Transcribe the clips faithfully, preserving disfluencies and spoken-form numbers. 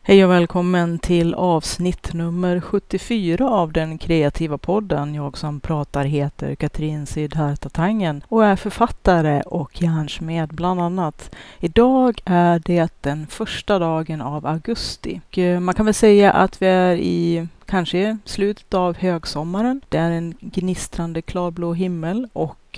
Hej och välkommen till avsnitt nummer sjuttiofyra av den kreativa podden. Jag som pratar heter Katrin Siddharta Tangen och är författare och järnsmed bland annat. Idag är det den första dagen av augusti. Och man kan väl säga att vi är i kanske slutet av högsommaren. Det är en gnistrande klarblå himmel och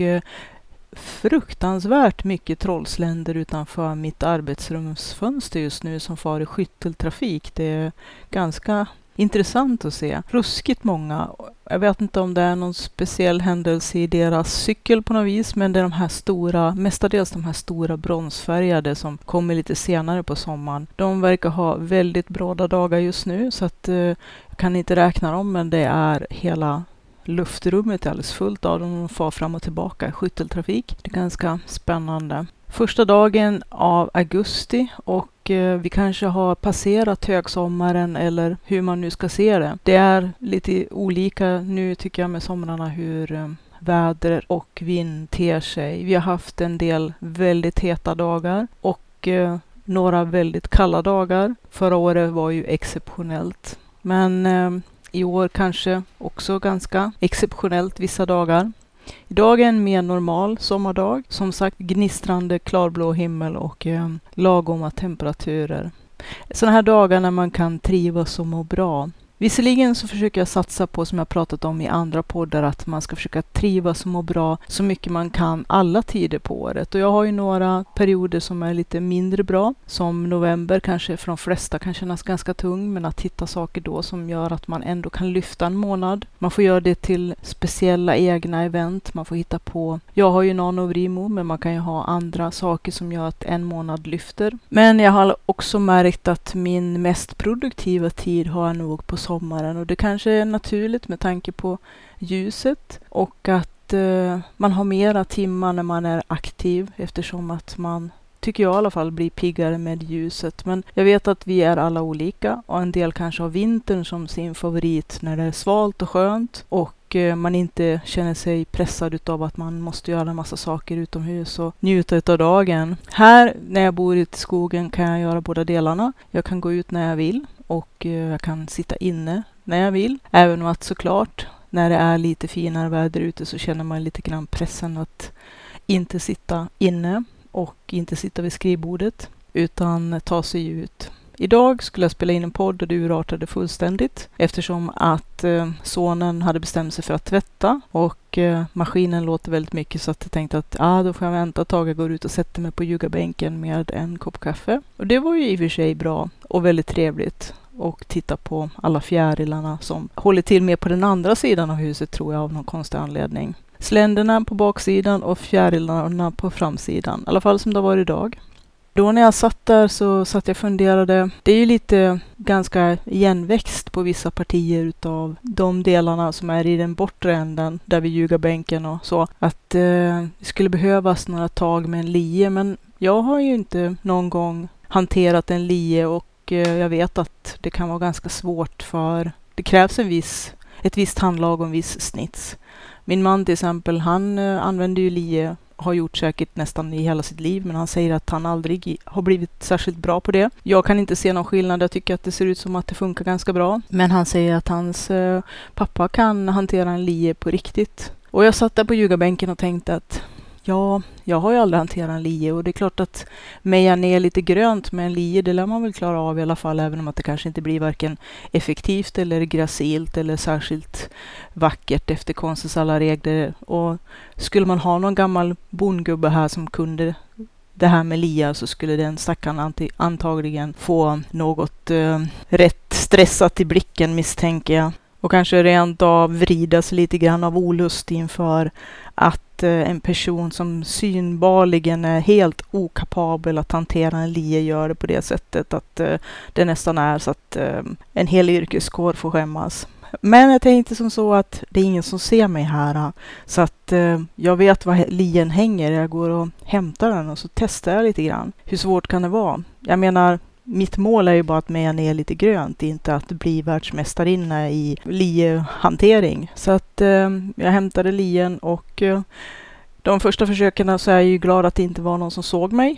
fruktansvärt mycket trollsländer utanför mitt arbetsrumsfönster just nu som far i skytteltrafik. Det är ganska intressant att se. Ruskigt många. Jag vet inte om det är någon speciell händelse i deras cykel på något vis, men det är de här stora, mestadels de här stora bronsfärgade som kommer lite senare på sommaren. De verkar ha väldigt bråda dagar just nu så att eh, jag kan inte räkna dem, men det är hela luftrummet är alldeles fullt av dem och far fram och tillbaka i skytteltrafik. Det är ganska spännande. Första dagen av augusti och eh, vi kanske har passerat högsommaren eller hur man nu ska se det. Det är lite olika nu tycker jag med somrarna hur eh, väder och vind ter sig. Vi har haft en del väldigt heta dagar och eh, några väldigt kalla dagar. Förra året var ju exceptionellt. Men eh, i år kanske också ganska exceptionellt vissa dagar. Idag är en mer normal sommardag. Som sagt gnistrande klarblå himmel och eh, lagoma temperaturer. Sådana här dagar när man kan trivas och må bra. Visserligen så försöker jag satsa på, som jag pratat om i andra poddar, att man ska försöka trivas och må bra så mycket man kan alla tider på året. Och jag har ju några perioder som är lite mindre bra. Som november kanske för de flesta kan kännas ganska tung, men att hitta saker då som gör att man ändå kan lyfta en månad. Man får göra det till speciella egna event. Man får hitta på, jag har ju NaNoWriMo, men man kan ju ha andra saker som gör att en månad lyfter. Men jag har också märkt att min mest produktiva tid har jag nog på sommaren, och det kanske är naturligt med tanke på ljuset och att eh, man har mera timmar när man är aktiv, eftersom att man, tycker jag i alla fall, blir piggare med ljuset. Men jag vet att vi är alla olika och en del kanske har vintern som sin favorit när det är svalt och skönt och eh, man inte känner sig pressad utav att man måste göra en massa saker utomhus och njuta utav dagen. Här när jag bor ute i skogen kan jag göra båda delarna. Jag kan gå ut när jag vill och jag kan sitta inne när jag vill. Även om att såklart när det är lite finare väder ute så känner man lite grann pressen att inte sitta inne och inte sitta vid skrivbordet utan ta sig ut. Idag skulle jag spela in en podd och det urartade fullständigt eftersom att eh, sonen hade bestämt sig för att tvätta och eh, maskinen låter väldigt mycket så att jag tänkte att ah, då får jag vänta ett tag, jag går ut och sätter mig på ljugarbänken med en kopp kaffe. Och det var ju i och för sig bra och väldigt trevligt och titta på alla fjärilarna som håller till med på den andra sidan av huset tror jag av någon konstig anledning. Sländerna på baksidan och fjärilarna på framsidan, i alla fall som det var idag. Då när jag satt där så satt jag och funderade. Det är ju lite ganska igenväxt på vissa partier utav de delarna som är i den bortre änden där vi ljugarbänken och så. Att eh, det skulle behövas några tag med en lie, men jag har ju inte någon gång hanterat en lie och eh, jag vet att det kan vara ganska svårt för det krävs en viss, ett visst handlag och en viss snits. Min man till exempel, han eh, använder ju lie, har gjort säkert nästan i hela sitt liv, men han säger att han aldrig har blivit särskilt bra på det. Jag kan inte se någon skillnad, jag tycker att det ser ut som att det funkar ganska bra. Men han säger att hans eh, pappa kan hantera en lie på riktigt. Och jag satt där på ljugarbänken och tänkte att ja, jag har ju aldrig hanterat en lie och det är klart att meja ner lite grönt med en lie, det lär man väl klara av i alla fall, även om att det kanske inte blir varken effektivt eller gracilt eller särskilt vackert efter konstens alla regler. Och skulle man ha någon gammal bondgubbe här som kunde det här med lia så skulle den stackaren antagligen få något eh, rätt stressat i blicken, misstänker jag. Och kanske rent av vridas lite grann av olust inför att eh, en person som synbarligen är helt okapabel att hantera en lie gör det på det sättet att eh, det nästan är så att eh, en hel yrkeskår får skämmas. Men jag tänkte som så att det är ingen som ser mig här. Så att eh, jag vet var lien hänger. Jag går och hämtar den och så testar jag lite grann. Hur svårt kan det vara? Jag menar, mitt mål är ju bara att meja ner lite grönt, inte att bli världsmästarinna i liehantering. Så att eh, jag hämtade lien och eh, de första försöken så är jag ju glad att det inte var någon som såg mig.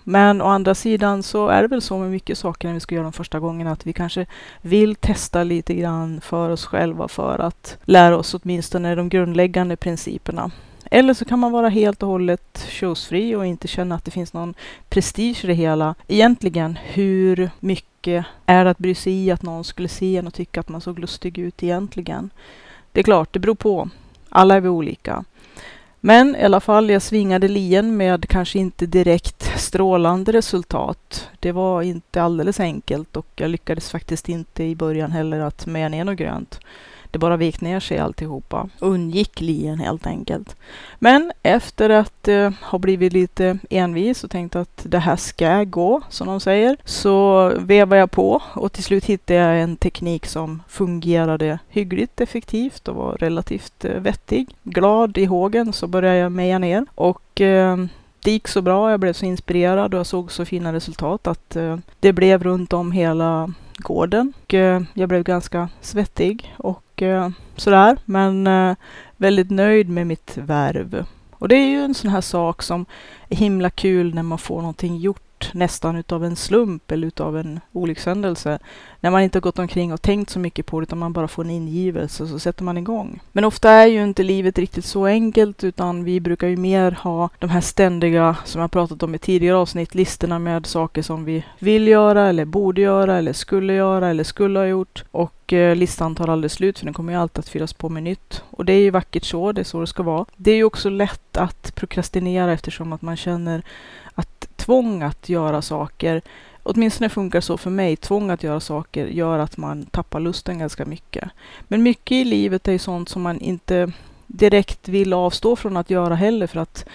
Men å andra sidan så är det väl så med mycket saker när vi ska göra de första gångerna att vi kanske vill testa lite grann för oss själva för att lära oss åtminstone de grundläggande principerna. Eller så kan man vara helt och hållet tjusfri och inte känna att det finns någon prestige i det hela. Egentligen, hur mycket är det att bry sig i att någon skulle se en och tycka att man såg lustig ut egentligen? Det är klart, det beror på. Alla är vi olika. Men i alla fall, jag svingade lien med kanske inte direkt strålande resultat. Det var inte alldeles enkelt och jag lyckades faktiskt inte i början heller att mäja ner något grönt. Det bara vek ner sig alltihopa. Undgick lien helt enkelt. Men efter att eh, ha blivit lite envis och tänkt att det här ska gå, som de säger, så vevade jag på och till slut hittade jag en teknik som fungerade hyggligt effektivt och var relativt eh, vettig. Glad i hågen så började jag meja ner och eh, det gick så bra, jag blev så inspirerad och jag såg så fina resultat att eh, det blev runt om hela gården. Och, eh, jag blev ganska svettig och eh, sådär, men eh, väldigt nöjd med mitt värv. Och det är ju en sån här sak som är himla kul när man får någonting gjort nästan utav en slump eller utav en olyckshändelse. När man inte har gått omkring och tänkt så mycket på det utan man bara får en ingivelse och så sätter man igång. Men ofta är ju inte livet riktigt så enkelt utan vi brukar ju mer ha de här ständiga, som jag pratat om i tidigare avsnitt, listorna med saker som vi vill göra eller borde göra eller skulle göra eller skulle ha gjort. Och eh, listan tar aldrig slut för den kommer ju alltid att fyllas på med nytt. Och det är ju vackert så, det är så det ska vara. Det är ju också lätt att prokrastinera eftersom att man känner att tvång att göra saker, åtminstone funkar så för mig, tvång att göra saker gör att man tappar lusten ganska mycket. Men mycket i livet är ju sånt som man inte direkt vill avstå från att göra heller för att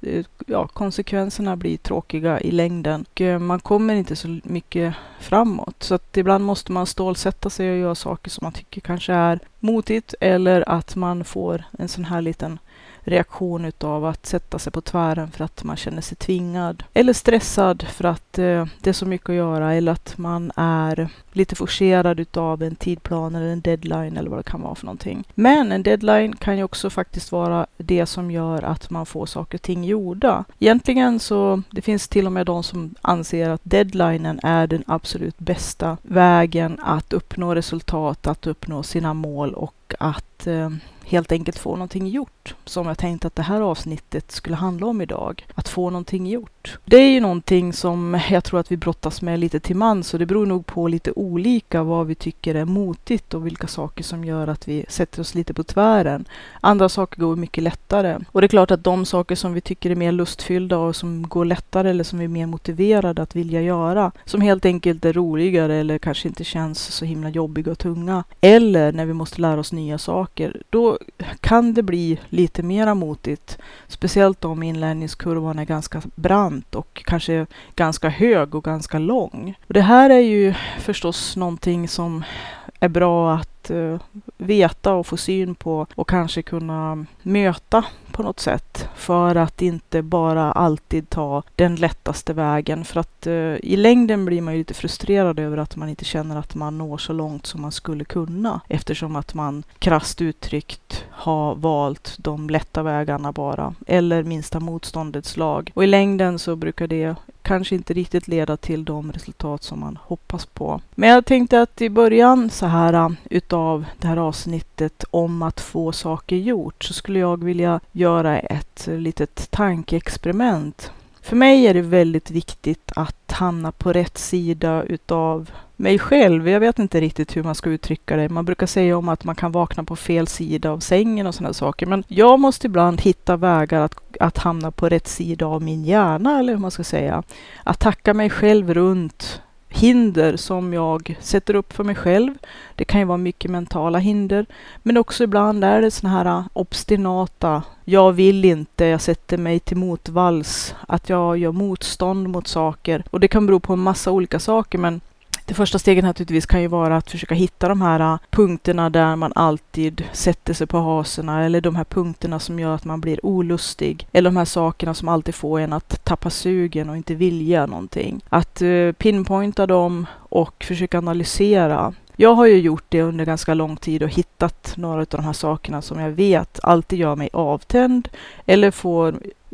ja, konsekvenserna blir tråkiga i längden. Och man kommer inte så mycket framåt. Så att ibland måste man stålsätta sig och göra saker som man tycker kanske är motigt eller att man får en sån här liten reaktion utav att sätta sig på tvären för att man känner sig tvingad eller stressad för att eh, det är så mycket att göra eller att man är lite forcerad utav en tidplan eller en deadline eller vad det kan vara för någonting. Men en deadline kan ju också faktiskt vara det som gör att man får saker och ting gjorda. Egentligen så det finns till och med de som anser att deadlinen är den absolut bästa vägen att uppnå resultat, att uppnå sina mål och att eh, helt enkelt få någonting gjort. Som jag tänkte att det här avsnittet skulle handla om idag. Att få någonting gjort. Det är ju någonting som jag tror att vi brottas med lite till man. Så det beror nog på lite olika vad vi tycker är motigt och vilka saker som gör att vi sätter oss lite på tvären. Andra saker går mycket lättare. Och det är klart att de saker som vi tycker är mer lustfyllda och som går lättare eller som vi är mer motiverade att vilja göra. Som helt enkelt är roligare eller kanske inte känns så himla jobbiga och tunga. Eller när vi måste lära oss nya saker. Då kan det bli lite mera motigt. Speciellt om inlärningskurvan är ganska brant och kanske ganska hög och ganska lång. Och det här är ju förstås någonting som är bra att uh, veta och få syn på och kanske kunna möta på något sätt för att inte bara alltid ta den lättaste vägen för att uh, i längden blir man ju lite frustrerad över att man inte känner att man når så långt som man skulle kunna eftersom att man krasst uttryckt har valt de lätta vägarna bara eller minsta motståndets lag och i längden så brukar det kanske inte riktigt leda till de resultat som man hoppas på. Men jag tänkte att i början så här utav det här avsnittet om att få saker gjort så skulle jag vilja göra ett litet tankeexperiment. För mig är det väldigt viktigt att hamna på rätt sida utav mig själv. Jag vet inte riktigt hur man ska uttrycka det. Man brukar säga om att man kan vakna på fel sida av sängen och sådana saker. Men jag måste ibland hitta vägar att, att hamna på rätt sida av min hjärna eller hur man ska säga. Att tacka mig själv runt hinder som jag sätter upp för mig själv. Det kan ju vara mycket mentala hinder. Men också ibland är det såna här obstinata. Jag vill inte, jag sätter mig till motvalls. Att jag gör motstånd mot saker. Och det kan bero på en massa olika saker men det första steget naturligtvis kan ju vara att försöka hitta de här punkterna där man alltid sätter sig på haserna eller de här punkterna som gör att man blir olustig eller de här sakerna som alltid får en att tappa sugen och inte vilja någonting. Att uh, pinpointa dem och försöka analysera. Jag har ju gjort det under ganska lång tid och hittat några av de här sakerna som jag vet alltid gör mig avtänd eller får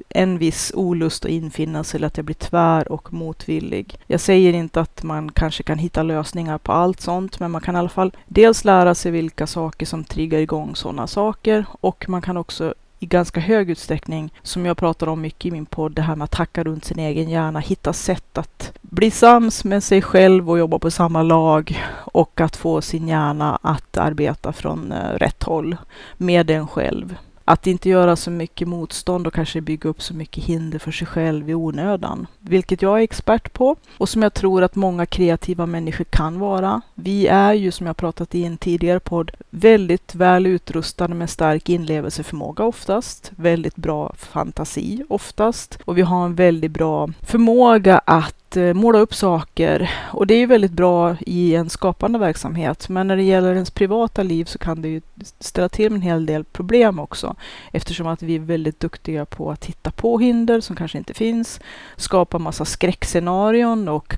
en viss olust att infinna sig eller att jag blir tvär och motvillig. Jag säger inte att man kanske kan hitta lösningar på allt sånt, men man kan i alla fall dels lära sig vilka saker som triggar igång sådana saker, och man kan också i ganska hög utsträckning, som jag pratar om mycket i min podd, det här med att hacka runt sin egen hjärna, hitta sätt att bli sams med sig själv och jobba på samma lag, och att få sin hjärna att arbeta från uh, rätt håll med den själv. Att inte göra så mycket motstånd och kanske bygga upp så mycket hinder för sig själv i onödan. Vilket jag är expert på och som jag tror att många kreativa människor kan vara. Vi är ju, som jag pratat i en tidigare podd, väldigt väl utrustade med stark inlevelseförmåga oftast. Väldigt bra fantasi oftast. Och vi har en väldigt bra förmåga att måla upp saker, och det är ju väldigt bra i en skapande verksamhet, men när det gäller ens privata liv så kan det ju ställa till med en hel del problem också, eftersom att vi är väldigt duktiga på att hitta på hinder som kanske inte finns, skapa massa skräckscenarion och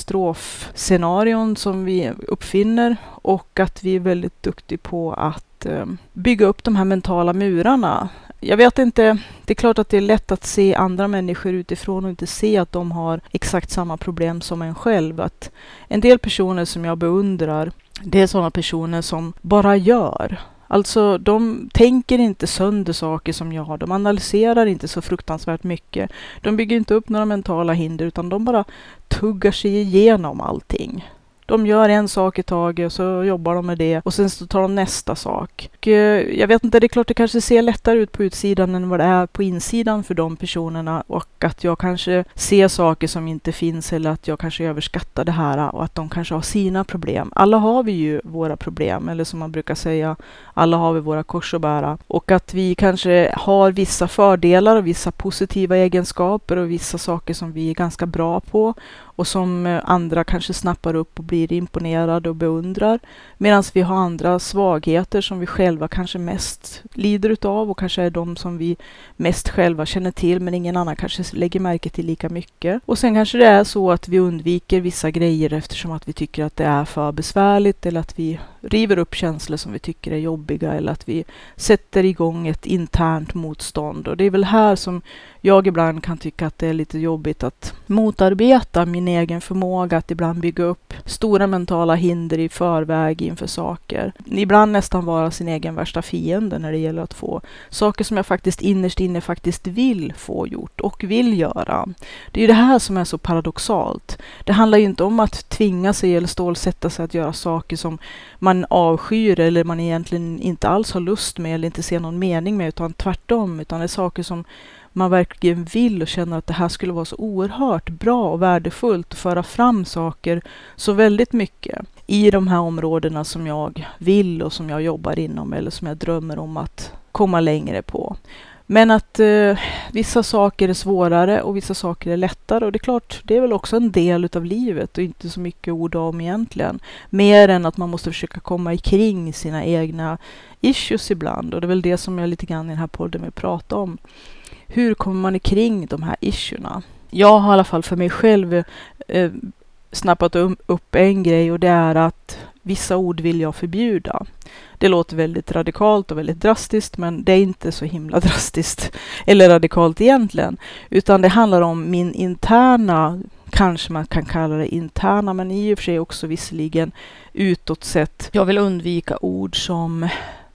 katastrofscenarion som vi uppfinner, och att vi är väldigt duktiga på att eh, bygga upp de här mentala murarna. Jag vet inte, det är klart att det är lätt att se andra människor utifrån och inte se att de har exakt samma problem som en själv. Att en del personer som jag beundrar, det är sådana personer som bara gör. Alltså de tänker inte sönder saker som jag har, de analyserar inte så fruktansvärt mycket. De bygger inte upp några mentala hinder, utan de bara tuggar sig igenom allting. De gör en sak i taget och så jobbar de med det och sen så tar de nästa sak. Och jag vet inte, det är klart det kanske ser lättare ut på utsidan än vad det är på insidan för de personerna, och att jag kanske ser saker som inte finns, eller att jag kanske överskattar det här och att de kanske har sina problem. Alla har vi ju våra problem, eller som man brukar säga, alla har vi våra kors att bära. Och att vi kanske har vissa fördelar och vissa positiva egenskaper och vissa saker som vi är ganska bra på och som andra kanske snappar upp och blir imponerade och beundrar. Medan vi har andra svagheter som vi själva kanske mest lider utav och kanske är de som vi mest själva känner till, men ingen annan kanske lägger märke till lika mycket. Och sen kanske det är så att vi undviker vissa grejer eftersom att vi tycker att det är för besvärligt, eller att vi river upp känslor som vi tycker är jobbiga, eller att vi sätter igång ett internt motstånd. Och det är väl här som jag ibland kan tycka att det är lite jobbigt att motarbeta min egen förmåga att ibland bygga upp stora mentala hinder i förväg inför saker. Ibland nästan vara sin egen värsta fiende när det gäller att få saker som jag faktiskt innerst inne faktiskt vill få gjort och vill göra. Det är ju det här som är så paradoxalt. Det handlar ju inte om att tvinga sig eller stålsätta sig att göra saker som man avskyr eller man egentligen inte alls har lust med eller inte ser någon mening med, utan tvärtom, utan det är saker som man verkligen vill och känner att det här skulle vara så oerhört bra och värdefullt att föra fram saker så väldigt mycket i de här områdena som jag vill och som jag jobbar inom eller som jag drömmer om att komma längre på. Men att eh, vissa saker är svårare och vissa saker är lättare, och det är klart, det är väl också en del utav livet och inte så mycket ord om egentligen. Mer än att man måste försöka komma ikring sina egna issues ibland, och det är väl det som jag lite grann i den här podden vill prata om. Hur kommer man ikring de här issuerna? Jag har i alla fall för mig själv eh, snappat upp en grej, och det är att vissa ord vill jag förbjuda. Det låter väldigt radikalt och väldigt drastiskt, men det är inte så himla drastiskt eller radikalt egentligen. Utan det handlar om min interna, kanske man kan kalla det interna, men i och för sig också visserligen utåt sett. Jag vill undvika ord som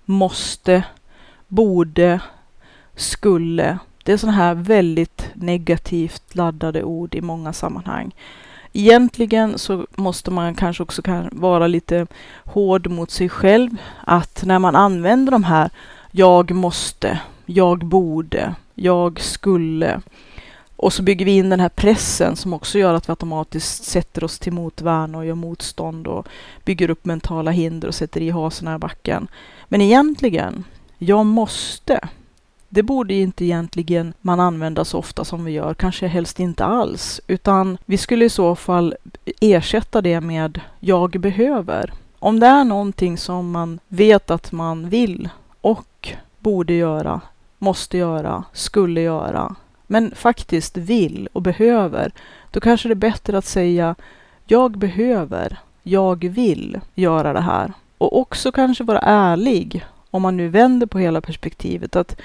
måste, borde, skulle. Det är sådana här väldigt negativt laddade ord i många sammanhang. Egentligen så måste man kanske också kan vara lite hård mot sig själv. Att när man använder de här jag måste, jag borde, jag skulle. Och så bygger vi in den här pressen som också gör att vi automatiskt sätter oss till motvärn och gör motstånd och bygger upp mentala hinder och sätter i hasorna i backen. Men egentligen, jag måste. Det borde inte egentligen man använda så ofta som vi gör, kanske helst inte alls, utan vi skulle i så fall ersätta det med jag behöver. Om det är någonting som man vet att man vill och borde göra, måste göra, skulle göra, men faktiskt vill och behöver, då kanske det är bättre att säga jag behöver, jag vill göra det här. Och också kanske vara ärlig, om man nu vänder på hela perspektivet, att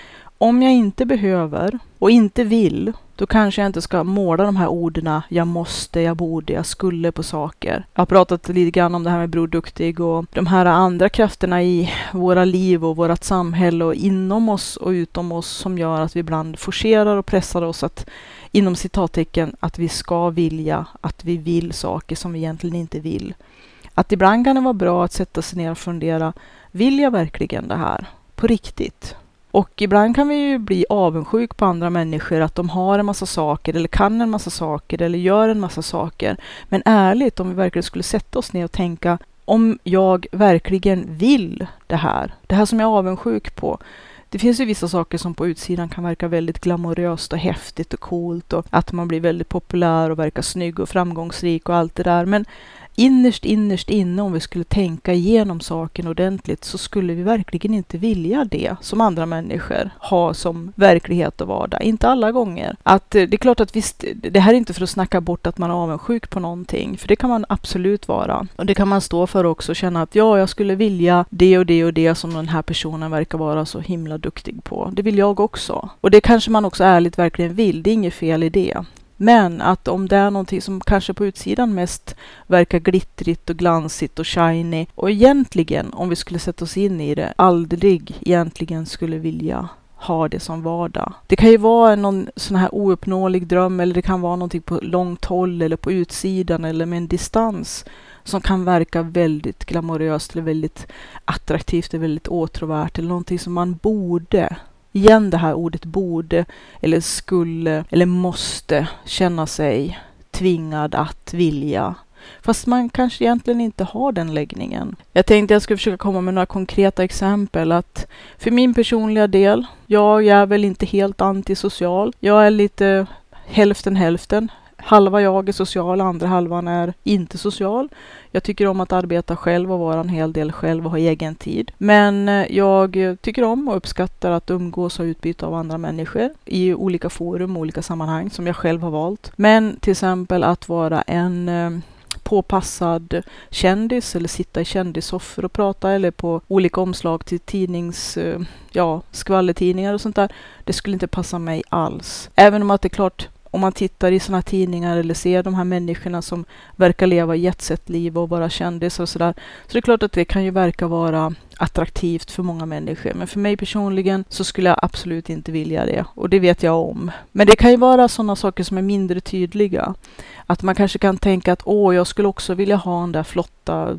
om jag inte behöver och inte vill, då kanske jag inte ska måla de här orden, jag måste, jag borde, jag skulle på saker. Jag har pratat lite grann om det här med Bror Duktig och de här andra krafterna i våra liv och vårt samhälle och inom oss och utom oss som gör att vi ibland forcerar och pressar oss att inom citattecken att vi ska vilja, att vi vill saker som vi egentligen inte vill. Att ibland kan det vara bra att sätta sig ner och fundera, vill jag verkligen det här på riktigt? Och ibland kan vi ju bli avundsjuk på andra människor att de har en massa saker eller kan en massa saker eller gör en massa saker. Men ärligt, om vi verkligen skulle sätta oss ner och tänka, om jag verkligen vill det här, det här som jag är avundsjuk på. Det finns ju vissa saker som på utsidan kan verka väldigt glamoröst och häftigt och coolt och att man blir väldigt populär och verkar snygg och framgångsrik och allt det där. Men innerst, innerst inne, om vi skulle tänka igenom saken ordentligt, så skulle vi verkligen inte vilja det som andra människor har som verklighet och vardag. Inte alla gånger. Att det är klart att visst, det här är inte för att snacka bort att man är avundsjuk på någonting, för det kan man absolut vara. Och det kan man stå för också och känna att ja, jag skulle vilja det och det och det som den här personen verkar vara så himla duktig på. Det vill jag också. Och det kanske man också ärligt verkligen vill. Det är inget fel i det. Men att om det är någonting som kanske på utsidan mest verkar glittrigt och glansigt och shiny och egentligen, om vi skulle sätta oss in i det, aldrig egentligen skulle vilja ha det som vardag. Det kan ju vara någon sån här ouppnåelig dröm eller det kan vara någonting på långt håll eller på utsidan eller med en distans som kan verka väldigt glamoröst eller väldigt attraktivt eller väldigt åtråvärt eller någonting som man borde, igen det här ordet borde eller skulle eller måste känna sig tvingad att vilja. Fast man kanske egentligen inte har den läggningen. Jag tänkte jag skulle försöka komma med några konkreta exempel. Att för min personliga del, jag är väl inte helt antisocial. Jag är lite hälften hälften. Halva jag är social, andra halvan är inte social. Jag tycker om att arbeta själv och vara en hel del själv och ha egen tid. Men jag tycker om och uppskattar att umgås och utbyta av andra människor i olika forum och olika sammanhang som jag själv har valt. Men till exempel att vara en påpassad kändis eller sitta i kändissoffer och prata eller på olika omslag till tidnings, ja, skvallertidningar och sånt där. Det skulle inte passa mig alls. Även om att det är klart, om man tittar i såna tidningar eller ser de här människorna som verkar leva jetset-liv och vara kändisar och sådär. Så det är klart att det kan ju verka vara attraktivt för många människor. Men för mig personligen så skulle jag absolut inte vilja det. Och det vet jag om. Men det kan ju vara sådana saker som är mindre tydliga. Att man kanske kan tänka att åh, jag skulle också vilja ha den där flotta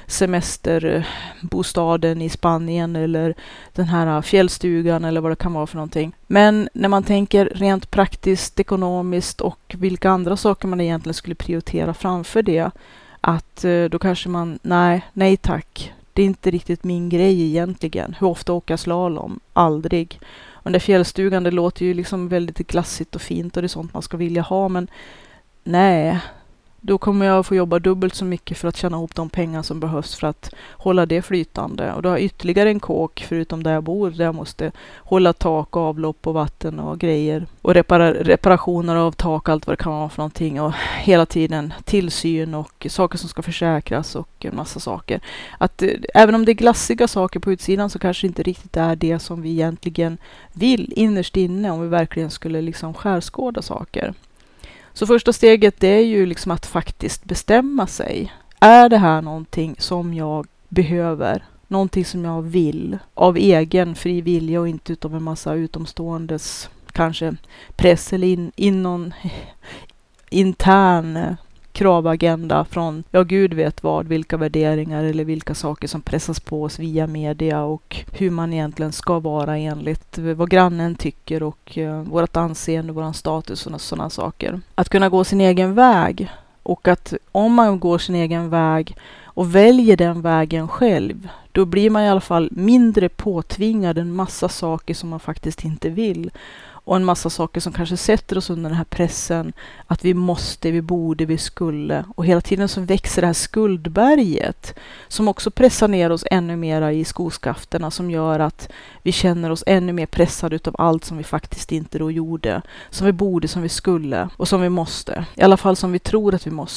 semesterbostaden i Spanien eller den här fjällstugan eller vad det kan vara för någonting. Men när man tänker rent praktiskt, ekonomiskt och vilka andra saker man egentligen skulle prioritera framför det, att då kanske man, nej, nej tack. Det är inte riktigt min grej egentligen. Hur ofta åker jag slalom? Aldrig. Och den där fjällstugan, det låter ju liksom väldigt glassigt och fint och det är sånt man ska vilja ha, men nej, då kommer jag få jobba dubbelt så mycket för att tjäna ihop de pengar som behövs för att hålla det flytande. Och då har jag ytterligare en kåk förutom där jag bor, där jag måste hålla tak, avlopp och vatten och grejer. Och repara- reparationer av tak, allt vad det kan vara för någonting. Och hela tiden tillsyn och saker som ska försäkras och en massa saker. Att eh, även om det är glassiga saker på utsidan så kanske det inte riktigt är det som vi egentligen vill innerst inne om vi verkligen skulle liksom skärskåda saker. Så första steget det är ju liksom att faktiskt bestämma sig. Är det här någonting som jag behöver? Någonting som jag vill? Av egen fri vilja och inte utav en massa utomståendes kanske press eller in, in någon intern kravagenda från, ja gud vet vad, vilka värderingar eller vilka saker som pressas på oss via media och hur man egentligen ska vara enligt vad grannen tycker och uh, vårt anseende, våran status och sådana saker. Att kunna gå sin egen väg och att om man går sin egen väg och väljer den vägen själv, då blir man i alla fall mindre påtvingad en massa saker som man faktiskt inte vill. Och en massa saker som kanske sätter oss under den här pressen att vi måste, vi borde, vi skulle. Och hela tiden så växer det här skuldberget som också pressar ner oss ännu mer i skoskafterna som gör att vi känner oss ännu mer pressade utav allt som vi faktiskt inte då gjorde. Som vi borde, som vi skulle och som vi måste. I alla fall som vi tror att vi måste.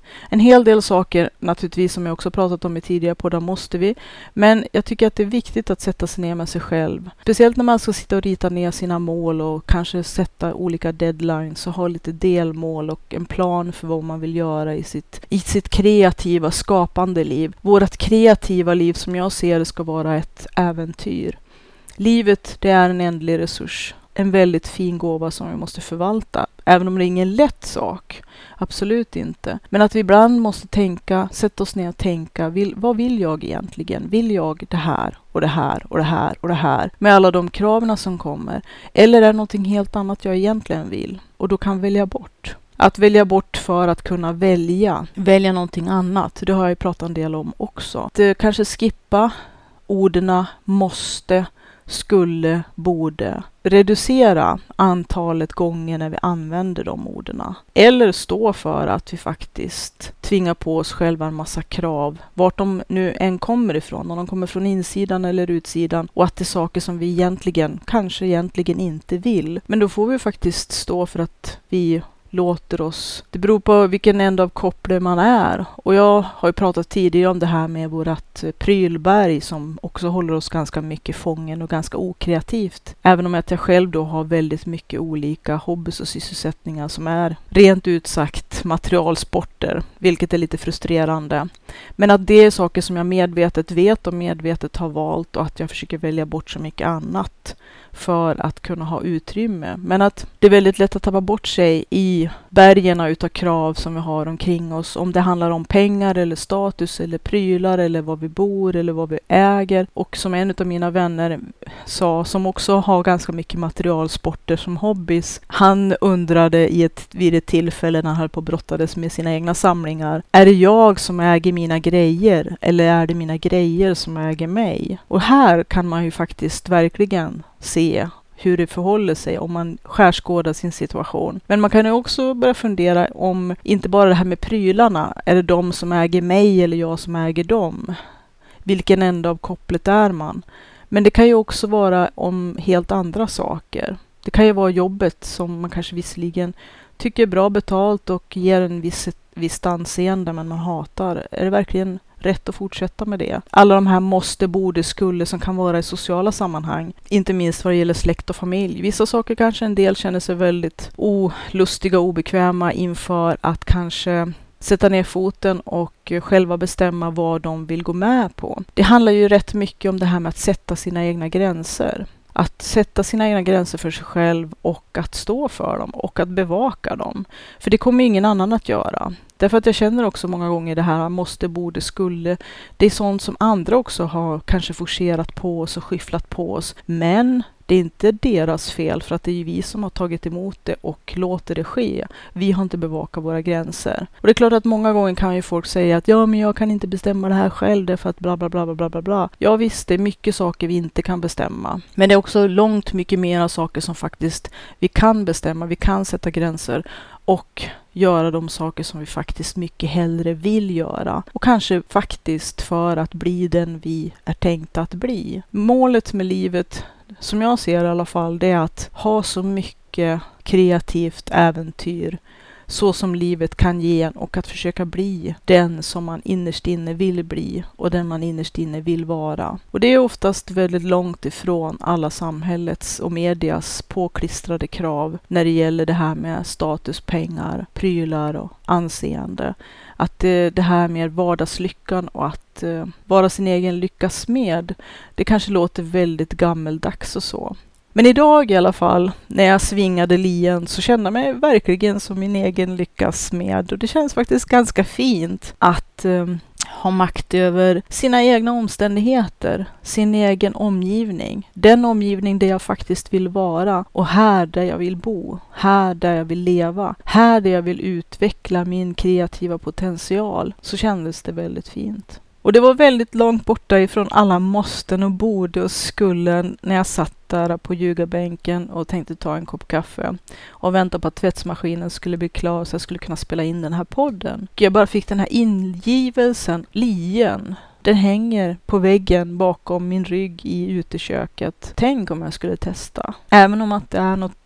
En hel del saker, naturligtvis, som jag också pratat om i tidigare poddar, måste vi. Men jag tycker att det är viktigt att sätta sig ner med sig själv. Speciellt när man ska sitta och rita ner sina mål och kanske sätta olika deadlines och ha lite delmål och en plan för vad man vill göra i sitt, i sitt kreativa, skapande liv. Vårt kreativa liv, som jag ser det, ska vara ett äventyr. Livet, det är en ändlig resurs. En väldigt fin gåva som vi måste förvalta. Även om det är ingen lätt sak. Absolut inte. Men att vi ibland måste tänka, sätta oss ner och tänka. Vill, vad vill jag egentligen? Vill jag det här och det här och det här och det här? Med alla de kraven som kommer. Eller är det någonting helt annat jag egentligen vill? Och då kan välja bort. Att välja bort för att kunna välja. Välja någonting annat. Det har jag pratat en del om också. Att kanske skippa orden måste, skulle, borde. Reducera antalet gånger när vi använder de orden. Eller stå för att vi faktiskt tvingar på oss själva en massa krav. Vart de nu än kommer ifrån. Om de kommer från insidan eller utsidan. Och att det är saker som vi egentligen, kanske egentligen inte vill. Men då får vi faktiskt stå för att vi låter oss. Det beror på vilken ända av kopplet man är. Och jag har ju pratat tidigare om det här med vårat prylberg som också håller oss ganska mycket fången och ganska okreativt. Även om att jag själv då har väldigt mycket olika hobbys och sysselsättningar som är rent ut sagt materialsporter, vilket är lite frustrerande. Men att det är saker som jag medvetet vet och medvetet har valt och att jag försöker välja bort så mycket annat för att kunna ha utrymme. Men att det är väldigt lätt att tappa bort sig i bergen utav krav som vi har omkring oss. Om det handlar om pengar eller status eller prylar eller var vi bor eller vad vi äger. Och som en av mina vänner sa, som också har ganska mycket materialsporter som hobbys. Han undrade i ett, vid ett tillfälle när han höll på och brottades med sina egna samlingar. Är det jag som äger mina grejer eller är det mina grejer som äger mig? Och här kan man ju faktiskt verkligen se hur det förhåller sig om man skärskådar sin situation. Men man kan ju också börja fundera om inte bara det här med prylarna. Är det de som äger mig eller jag som äger dem? Vilken ända av kopplet är man? Men det kan ju också vara om helt andra saker. Det kan ju vara jobbet som man kanske visserligen tycker är bra betalt och ger en viss, viss anseende men man hatar. Är det verkligen rätt att fortsätta med det? Alla de här måste, borde, skulle som kan vara i sociala sammanhang. Inte minst vad det gäller släkt och familj. Vissa saker kanske en del känner sig väldigt olustiga och obekväma inför att kanske sätta ner foten och själva bestämma vad de vill gå med på. Det handlar ju rätt mycket om det här med att sätta sina egna gränser. Att sätta sina egna gränser för sig själv och att stå för dem och att bevaka dem. För det kommer ingen annan att göra. Därför att jag känner också många gånger det här måste, borde, skulle. Det är sånt som andra också har kanske forcerat på oss och skyfflat på oss. Men det är inte deras fel för att det är ju vi som har tagit emot det och låter det ske. Vi har inte bevakat våra gränser. Och det är klart att många gånger kan ju folk säga att ja, men jag kan inte bestämma det här själv därför att bla bla bla bla bla bla. Ja visst, det är mycket saker vi inte kan bestämma. Men det är också långt mycket mer saker som faktiskt vi kan bestämma. Vi kan sätta gränser och göra de saker som vi faktiskt mycket hellre vill göra. Och kanske faktiskt för att bli den vi är tänkt att bli. Målet med livet, som jag ser i alla fall, det är att ha så mycket kreativt äventyr så som livet kan ge en och att försöka bli den som man innerst inne vill bli och den man innerst inne vill vara. Och det är oftast väldigt långt ifrån alla samhällets och medias påklistrade krav när det gäller det här med status, pengar, prylar och anseende. Att det, det här med vardagslyckan och att uh, vara sin egen lyckas med, det kanske låter väldigt gammeldags och så. Men idag i alla fall, när jag svingade lien så kände jag mig verkligen som min egen lyckas med. Och det känns faktiskt ganska fint att um, ha makt över sina egna omständigheter, sin egen omgivning. Den omgivning där jag faktiskt vill vara och här där jag vill bo, här där jag vill leva, här där jag vill utveckla min kreativa potential. Så kändes det väldigt fint. Och det var väldigt långt borta ifrån alla måsten och borde och skulle när jag satt där på ljugarbänken och tänkte ta en kopp kaffe och vänta på att tvättsmaskinen skulle bli klar så jag skulle kunna spela in den här podden. Jag bara fick den här ingivelsen, lien. Den hänger på väggen bakom min rygg i uteköket. Tänk om jag skulle testa. Även om att det är något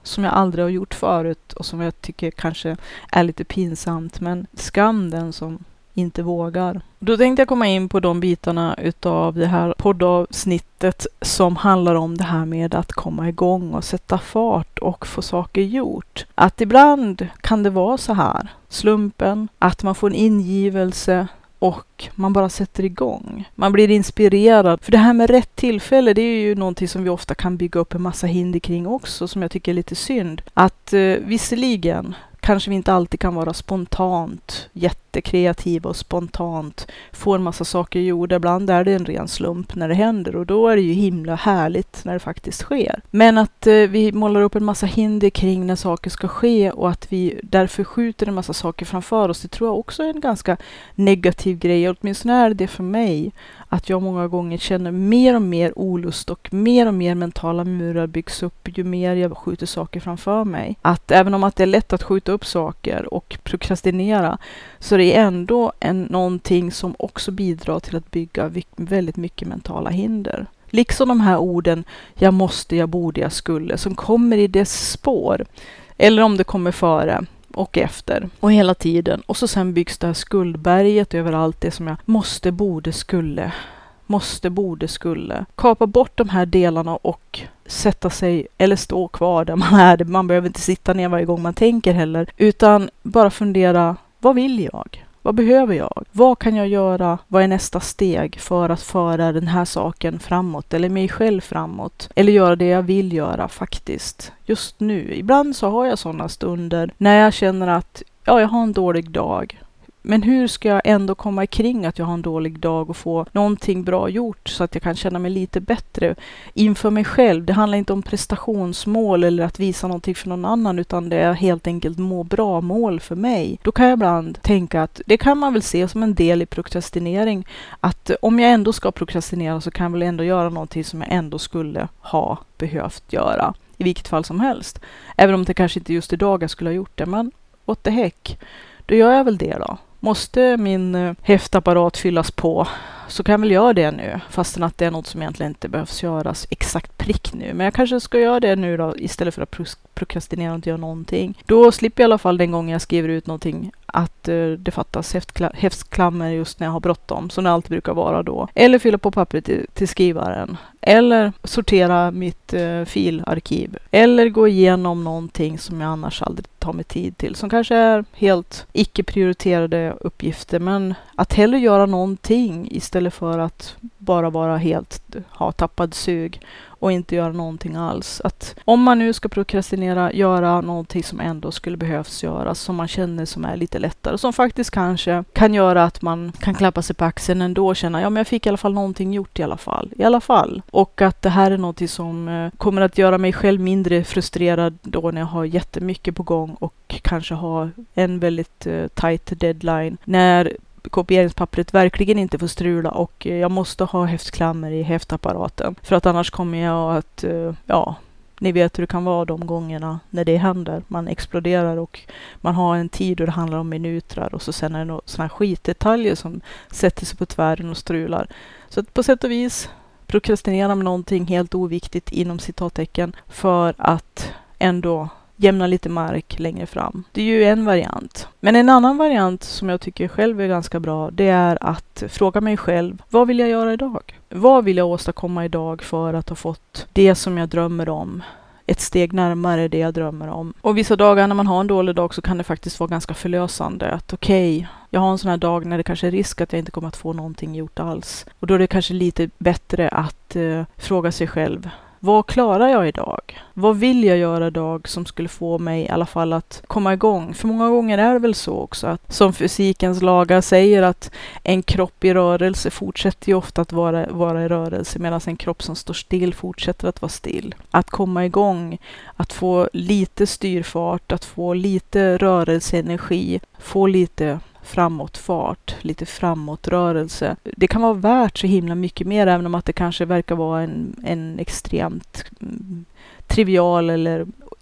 som jag aldrig har gjort förut och som jag tycker kanske är lite pinsamt. Men skam den som inte vågar. Då tänkte jag komma in på de bitarna utav det här poddavsnittet som handlar om det här med att komma igång och sätta fart och få saker gjort. Att ibland kan det vara så här, slumpen, att man får en ingivelse och man bara sätter igång. Man blir inspirerad. För det här med rätt tillfälle, det är ju någonting som vi ofta kan bygga upp en massa hinder kring också, som jag tycker är lite synd. Att eh, visserligen kanske vi inte alltid kan vara spontant, jättekreativa och spontant få en massa saker gjorda. Ibland är det en ren slump när det händer och då är det ju himla härligt när det faktiskt sker. Men att eh, vi målar upp en massa hinder kring när saker ska ske och att vi därför skjuter en massa saker framför oss, det tror jag också är en ganska negativ grej. Åtminstone är det för mig att jag många gånger känner mer och mer olust och mer och mer mentala murar byggs upp ju mer jag skjuter saker framför mig. Att även om att det är lätt att skjuta upp saker och prokrastinera, så är det ändå en, någonting som också bidrar till att bygga väldigt mycket mentala hinder. Liksom de här orden, jag måste, jag borde, jag skulle, som kommer i dess spår. Eller om det kommer före och efter och hela tiden. Och så sen byggs det här skuldberget över allt det som jag måste, borde, skulle. Måste, borde, skulle. Kapa bort de här delarna och sätta sig eller stå kvar där man är. Man behöver inte sitta ner varje gång man tänker heller. Utan bara fundera, vad vill jag? Vad behöver jag? Vad kan jag göra? Vad är nästa steg för att föra den här saken framåt? Eller mig själv framåt? Eller göra det jag vill göra faktiskt. Just nu. Ibland så har jag sådana stunder när jag känner att ja, jag har en dålig dag. Men hur ska jag ändå komma kring att jag har en dålig dag och få någonting bra gjort så att jag kan känna mig lite bättre inför mig själv. Det handlar inte om prestationsmål eller att visa någonting för någon annan, utan det är helt enkelt må bra mål för mig. Då kan jag ibland tänka att det kan man väl se som en del i prokrastinering. Att om jag ändå ska prokrastinera så kan jag väl ändå göra någonting som jag ändå skulle ha behövt göra. I vilket fall som helst. Även om det kanske inte just idag jag skulle ha gjort det. Men what the heck. Då gör jag väl det då. Måste min eh, häftapparat fyllas på så kan jag väl göra det nu. Fastän att det är något som egentligen inte behövs göras exakt prick nu. Men jag kanske ska göra det nu då istället för att pro- prokrastinera och inte göra någonting. Då slipper jag i alla fall den gången jag skriver ut någonting att eh, det fattas häftkla- häftklammer just när jag har bråttom. Som det alltid brukar vara då. Eller fylla på pappret till, till skrivaren. Eller sortera mitt eh, filarkiv. Eller gå igenom någonting som jag annars aldrig tar mig tid till. Som kanske är helt icke-prioriterade uppgifter. Men att hellre göra någonting istället för att bara vara helt ha tappad sug och inte göra någonting alls. Att om man nu ska prokrastinera, göra någonting som ändå skulle behövas göras, som man känner som är lite lättare, som faktiskt kanske kan göra att man kan klappa sig på axeln ändå och känna, ja men jag fick i alla fall någonting gjort i alla fall. I alla fall. Och att det här är någonting som eh, kommer att göra mig själv mindre frustrerad då när jag har jättemycket på gång och kanske har en väldigt eh, tight deadline. När kopieringspappret verkligen inte får strula och jag måste ha häftklammer i häftapparaten. För att annars kommer jag att, ja, ni vet hur det kan vara de gångerna när det händer. Man exploderar och man har en tid och det handlar om minuter och så sen är det några sådana här skitdetaljer som sätter sig på tvären och strular. Så att på sätt och vis prokrastinera med någonting helt oviktigt inom citattecken för att ändå jämna lite mark längre fram. Det är ju en variant. Men en annan variant som jag tycker själv är ganska bra, det är att fråga mig själv, vad vill jag göra idag? Vad vill jag åstadkomma idag för att ha fått det som jag drömmer om? Ett steg närmare det jag drömmer om. Och vissa dagar när man har en dålig dag så kan det faktiskt vara ganska förlösande. Att okej, okay, jag har en sån här dag när det kanske är risk att jag inte kommer att få någonting gjort alls. Och då är det kanske lite bättre att eh, fråga sig själv, vad klarar jag idag? Vad vill jag göra idag som skulle få mig i alla fall att komma igång? För många gånger är det väl så också att som fysikens lagar säger att en kropp i rörelse fortsätter ju ofta att vara, vara i rörelse medan en kropp som står still fortsätter att vara still. Att komma igång, att få lite styrfart, att få lite rörelseenergi, få lite framåtfart, lite framåtrörelse. Det kan vara värt så himla mycket mer även om att det kanske verkar vara en, en extremt mm, trivial eller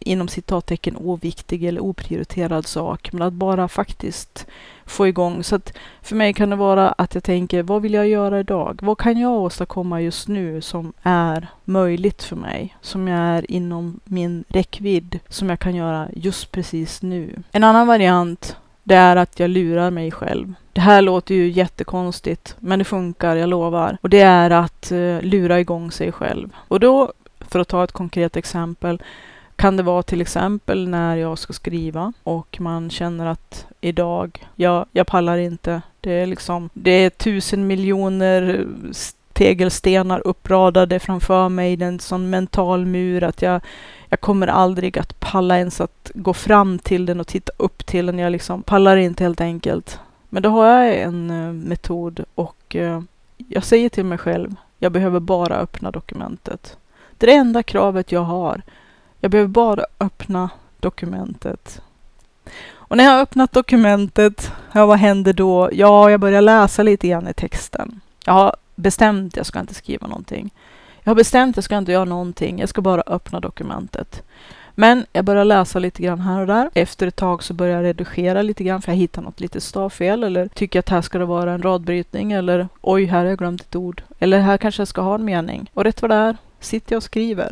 inom citattecken oviktig eller oprioriterad sak. Men att bara faktiskt få igång. Så att för mig kan det vara att jag tänker, vad vill jag göra idag? Vad kan jag åstadkomma just nu som är möjligt för mig? Som jag är inom min räckvidd. Som jag kan göra just precis nu. En annan variant, det är att jag lurar mig själv. Det här låter ju jättekonstigt, men det funkar, jag lovar. Och det är att uh, lura igång sig själv. Och då, för att ta ett konkret exempel, kan det vara till exempel när jag ska skriva och man känner att idag, jag, jag pallar inte. Det är liksom, det är tusen miljoner tegelstenar uppradade framför mig. Det är en sån mental mur att jag, jag kommer aldrig att palla ens att gå fram till den och titta upp till den. Jag liksom pallar inte helt enkelt. Men då har jag en uh, metod och uh, jag säger till mig själv, jag behöver bara öppna dokumentet. Det är det enda kravet jag har. Jag behöver bara öppna dokumentet. Och när jag har öppnat dokumentet, ja, vad händer då? Ja, jag börjar läsa lite grann i texten. Jag har bestämt att jag ska inte skriva någonting. Jag har bestämt att jag ska inte göra någonting. Jag ska bara öppna dokumentet. Men jag börjar läsa lite grann här och där. Efter ett tag så börjar jag redigera lite grann för jag hittar något lite stavfel. Eller tycker att här ska det vara en radbrytning. Eller oj, här har jag glömt ett ord. Eller här kanske jag ska ha en mening. Och rätt vad det är sitter jag och skriver.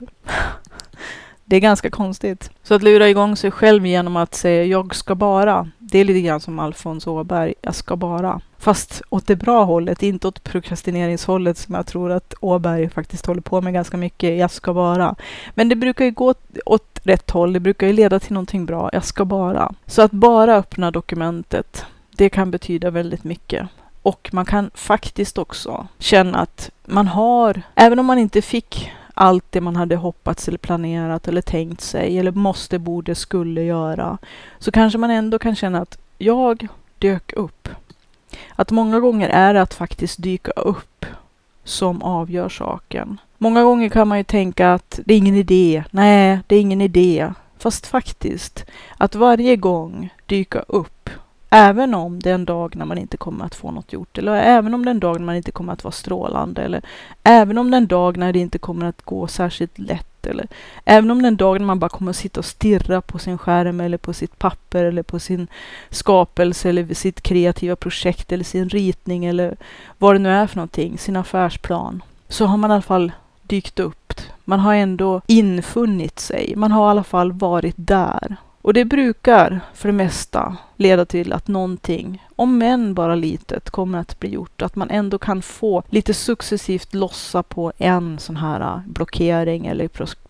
Det är ganska konstigt. Så att lura igång sig själv genom att säga jag ska bara. Det är lite grann som Alfons Åberg. Jag ska bara. Fast åt det bra hållet. Inte åt prokrastineringshållet som jag tror att Åberg faktiskt håller på med ganska mycket. Jag ska bara. Men det brukar ju gå åt rätt håll. Det brukar ju leda till någonting bra. Jag ska bara. Så att bara öppna dokumentet. Det kan betyda väldigt mycket. Och man kan faktiskt också känna att man har, även om man inte fick allt det man hade hoppats eller planerat eller tänkt sig eller måste, borde, skulle göra, så kanske man ändå kan känna att jag dök upp. Att många gånger är det att faktiskt dyka upp som avgör saken. Många gånger kan man ju tänka att det är ingen idé. Nej, det är ingen idé. Fast faktiskt, att varje gång dyka upp, även om det är en dag när man inte kommer att få något gjort. Eller även om det är en dag när man inte kommer att vara strålande. Eller även om det är en dag när det inte kommer att gå särskilt lätt. Eller även om det är en dag när man bara kommer att sitta och stirra på sin skärm. Eller på sitt papper. Eller på sin skapelse. Eller sitt kreativa projekt. Eller sin ritning. Eller vad det nu är för någonting. Sin affärsplan. Så har man i alla fall dykt upp. Man har ändå infunnit sig. Man har i alla fall varit där. Och det brukar för det mesta leda till att någonting, om än bara litet, kommer att bli gjort. Att man ändå kan få lite successivt lossa på en sån här blockering eller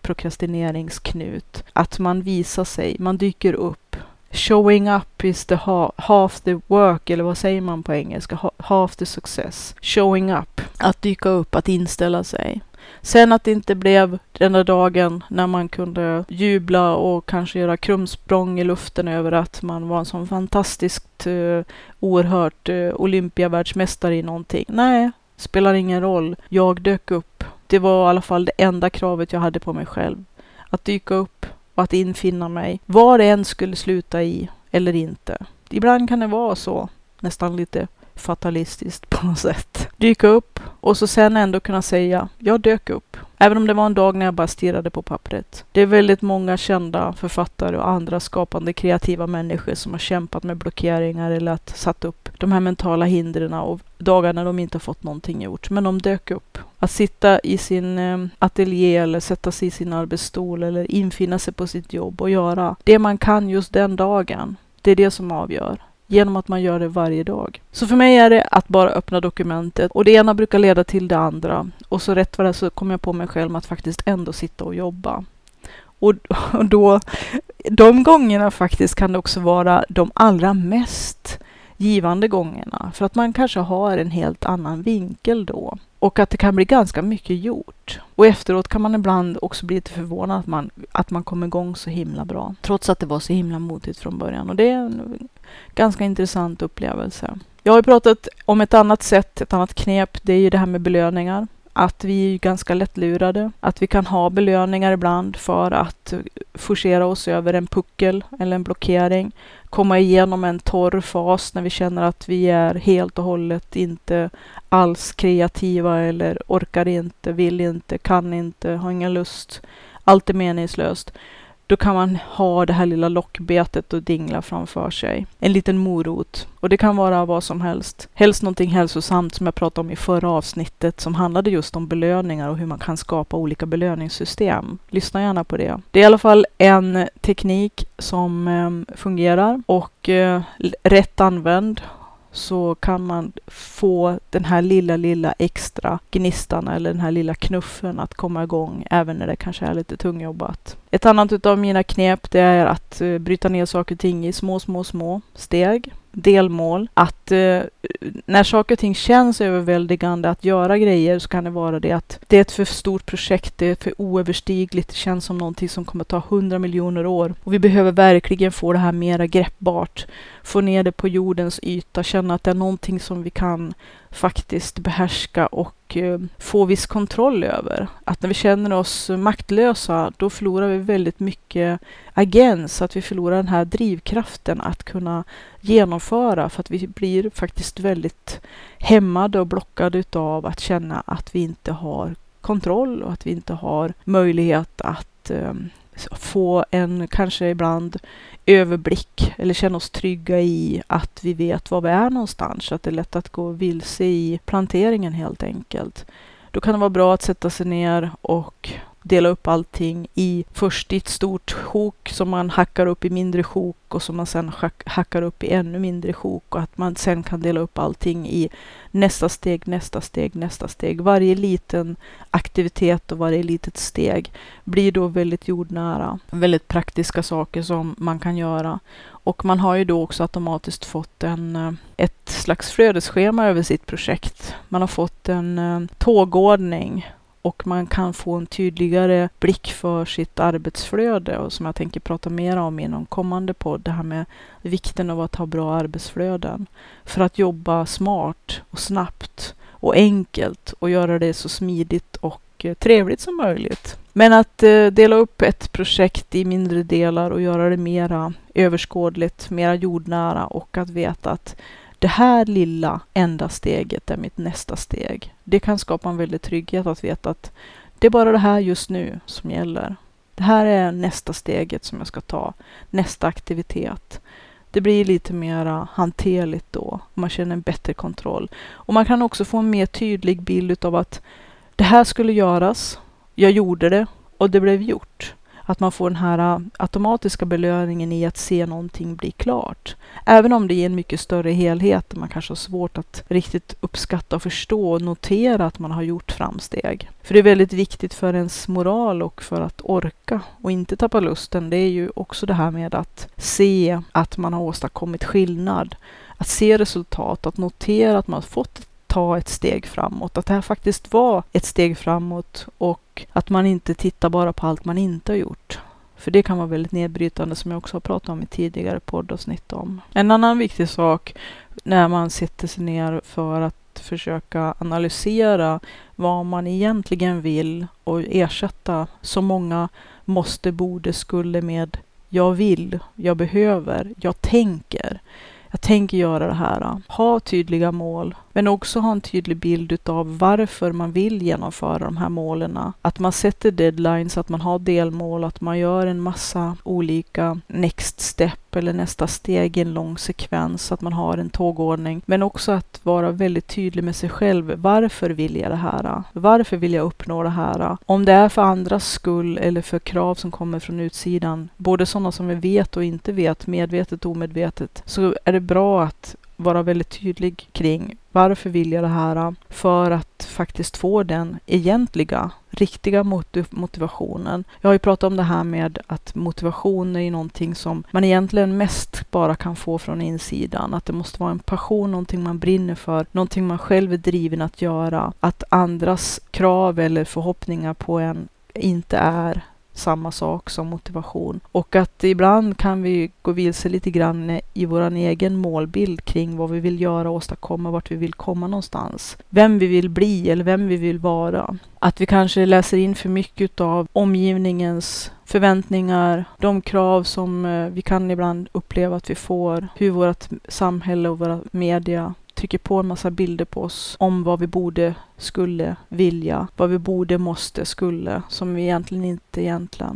prokrastineringsknut. Att man visar sig, man dyker upp. Showing up is the ha- half the work, eller vad säger man på engelska? Ha- half the success. Showing up, att dyka upp, att inställa sig. Sen att det inte blev den där dagen när man kunde jubla och kanske göra krumsprång i luften över att man var en sån fantastiskt uh, oerhört uh, olympiavärldsmästare i någonting. Nej, spelar ingen roll. Jag dök upp. Det var i alla fall det enda kravet jag hade på mig själv. Att dyka upp och att infinna mig. Vad det än skulle sluta i eller inte. Ibland kan det vara så, nästan lite fatalistiskt på något sätt. Dyka upp och så sen ändå kunna säga jag dök upp. Även om det var en dag när jag bara stirrade på pappret. Det är väldigt många kända författare och andra skapande kreativa människor som har kämpat med blockeringar eller att satt upp de här mentala hindren och dagar när de inte har fått någonting gjort. Men de dök upp. Att sitta i sin eh, ateljé eller sätta sig i sin arbetsstol eller infinna sig på sitt jobb och göra det man kan just den dagen. Det är det som avgör. Genom att man gör det varje dag. Så för mig är det att bara öppna dokumentet. Och det ena brukar leda till det andra. Och så rätt vad det så kommer jag på mig själv att faktiskt ändå sitta och jobba. Och, och då, de gångerna faktiskt kan det också vara de allra mest givande gångerna. För att man kanske har en helt annan vinkel då. Och att det kan bli ganska mycket gjort. Och efteråt kan man ibland också bli lite förvånad att man, att man kommer igång så himla bra. Trots att det var så himla motigt från början. Och det är en ganska intressant upplevelse. Jag har ju pratat om ett annat sätt, ett annat knep. Det är ju det här med belöningar. Att vi är ganska lättlurade. Att vi kan ha belöningar ibland för att forcera oss över en puckel eller en blockering. Komma igenom en torr fas när vi känner att vi är helt och hållet inte alls kreativa eller orkar inte, vill inte, kan inte, har ingen lust. Allt är meningslöst. då kan man ha det här lilla lockbetet och dingla framför sig. En liten morot. Och det kan vara vad som helst. Helst någonting hälsosamt som jag pratade om i förra avsnittet som handlade just om belöningar och hur man kan skapa olika belöningssystem. Lyssna gärna på det. Det är i alla fall en teknik som eh, fungerar och eh, rätt använd så kan man få den här lilla, lilla extra gnistan eller den här lilla knuffen att komma igång även när det kanske är lite tungjobbat. Ett annat av mina knep det är att uh, bryta ner saker och ting i små, små, små steg. Delmål. Att uh, när saker och ting känns överväldigande att göra grejer så kan det vara det att det är ett för stort projekt, det är för oöverstigligt, det känns som någonting som kommer ta hundra miljoner år. Och vi behöver verkligen få det här mera greppbart. Få ner det på jordens yta, känna att det är någonting som vi kan faktiskt behärska och eh, få viss kontroll över. Att när vi känner oss maktlösa, då förlorar vi väldigt mycket agens, att vi förlorar den här drivkraften att kunna genomföra, för att vi blir faktiskt väldigt hämmade och blockade utav att känna att vi inte har kontroll och att vi inte har möjlighet att eh, få en kanske ibland överblick eller känna oss trygga i att vi vet var vi är någonstans, så att det är lätt att gå vilse i planteringen helt enkelt. Då kan det vara bra att sätta sig ner och dela upp allting i först i ett stort sjok som man hackar upp i mindre sjok och som man sen hackar upp i ännu mindre sjok, och att man sen kan dela upp allting i nästa steg, nästa steg, nästa steg. Varje liten aktivitet och varje litet steg blir då väldigt jordnära. Väldigt praktiska saker som man kan göra. Och man har ju då också automatiskt fått en, ett slags flödesschema över sitt projekt. Man har fått en tågordning. Och man kan få en tydligare blick för sitt arbetsflöde, och som jag tänker prata mer om i någon kommande podd, det här med vikten av att ha bra arbetsflöden. För att jobba smart och snabbt och enkelt och göra det så smidigt och trevligt som möjligt. Men att eh, dela upp ett projekt i mindre delar och göra det mera överskådligt, mera jordnära, och att veta att det här lilla enda steget är mitt nästa steg. Det kan skapa en väldigt trygghet att veta att det är bara det här just nu som gäller. Det här är nästa steget som jag ska ta. Nästa aktivitet. Det blir lite mer hanterligt då. Man känner en bättre kontroll. Och man kan också få en mer tydlig bild av att det här skulle göras. Jag gjorde det och det blev gjort. Att man får den här automatiska belöningen i att se någonting bli klart. Även om det är en mycket större helhet. Man kanske har svårt att riktigt uppskatta och förstå och notera att man har gjort framsteg. För det är väldigt viktigt för ens moral och för att orka och inte tappa lusten. Det är ju också det här med att se att man har åstadkommit skillnad. Att se resultat, att notera att man har fått ta ett steg framåt. Att det här faktiskt var ett steg framåt och att man inte tittar bara på allt man inte har gjort. För det kan vara väldigt nedbrytande, som jag också har pratat om i tidigare poddavsnitt om. En annan viktig sak när man sätter sig ner för att försöka analysera vad man egentligen vill och ersätta så många måste, borde, skulle med jag vill, jag behöver, jag tänker. Jag tänker göra det här. Ha tydliga mål, men också ha en tydlig bild av varför man vill genomföra de här målen. Att man sätter deadlines, att man har delmål, att man gör en massa olika next step eller nästa steg i en lång sekvens, att man har en tågordning. Men också att vara väldigt tydlig med sig själv. Varför vill jag det här? Varför vill jag uppnå det här? Om det är för andras skull eller för krav som kommer från utsidan, både sådana som vi vet och inte vet, medvetet och omedvetet, så är det bra att vara väldigt tydlig kring varför vill jag det här, för att faktiskt få den egentliga, riktiga motiv- motivationen. Jag har ju pratat om det här med att motivation är någonting som man egentligen mest bara kan få från insidan. Att det måste vara en passion, någonting man brinner för, någonting man själv är driven att göra. Att andras krav eller förhoppningar på en inte är samma sak som motivation. Och att ibland kan vi gå vilse lite grann i vår egen målbild kring vad vi vill göra, åstadkomma, vart vi vill komma någonstans. Vem vi vill bli eller vem vi vill vara. Att vi kanske läser in för mycket av omgivningens förväntningar, de krav som vi kan ibland uppleva att vi får, hur vårt samhälle och våra media trycker på en massa bilder på oss om vad vi borde, skulle, vilja, vad vi borde, måste, skulle, som vi egentligen inte egentligen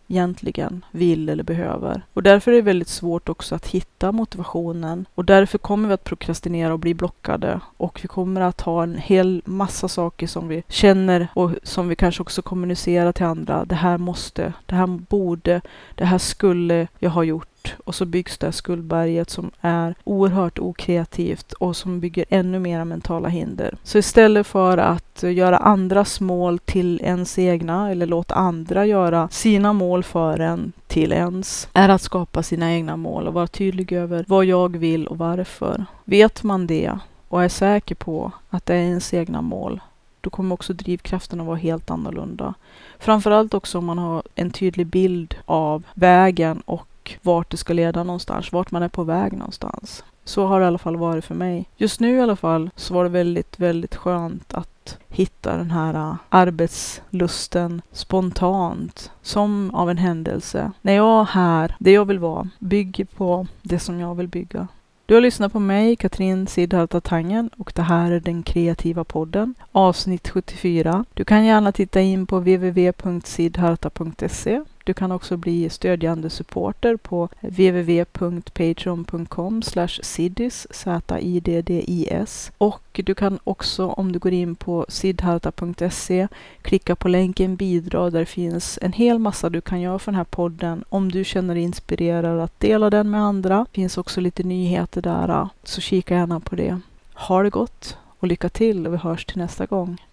egentligen vill eller behöver. Och därför är det väldigt svårt också att hitta motivationen. Och därför kommer vi att prokrastinera och bli blockade. Och vi kommer att ha en hel massa saker som vi känner och som vi kanske också kommunicerar till andra. Det här måste, det här borde, det här skulle jag ha gjort. Och så byggs det här skuldberget som är oerhört okreativt och som bygger ännu mer mentala hinder. Så istället för att göra andras mål till ens egna eller låta andra göra sina mål för en till ens, är att skapa sina egna mål och vara tydlig över vad jag vill och varför. Vet man det och är säker på att det är ens egna mål, då kommer också drivkraften att vara helt annorlunda. Framförallt också om man har en tydlig bild av vägen och vart det ska leda någonstans, vart man är på väg någonstans. Så har det i alla fall varit för mig. Just nu i alla fall så var det väldigt, väldigt skönt att hitta den här arbetslusten spontant, som av en händelse. När jag är här, det jag vill vara, bygger på det som jag vill bygga. Du har lyssnat på mig, Katrin Siddharta Tangen, och det här är Den kreativa podden, avsnitt sjuttiofyra. Du kan gärna titta in på w w w punkt siddharta punkt se. Du kan också bli stödjande supporter på w w w punkt patreon punkt com slash siddis, z i d d i s. Och du kan också, om du går in på siddharta punkt se, klicka på länken bidra, där det finns en hel massa du kan göra för den här podden. Om du känner dig inspirerad att dela den med andra. Det finns också lite nyheter där, så kika gärna på det. Ha det gott och lycka till, och vi hörs till nästa gång.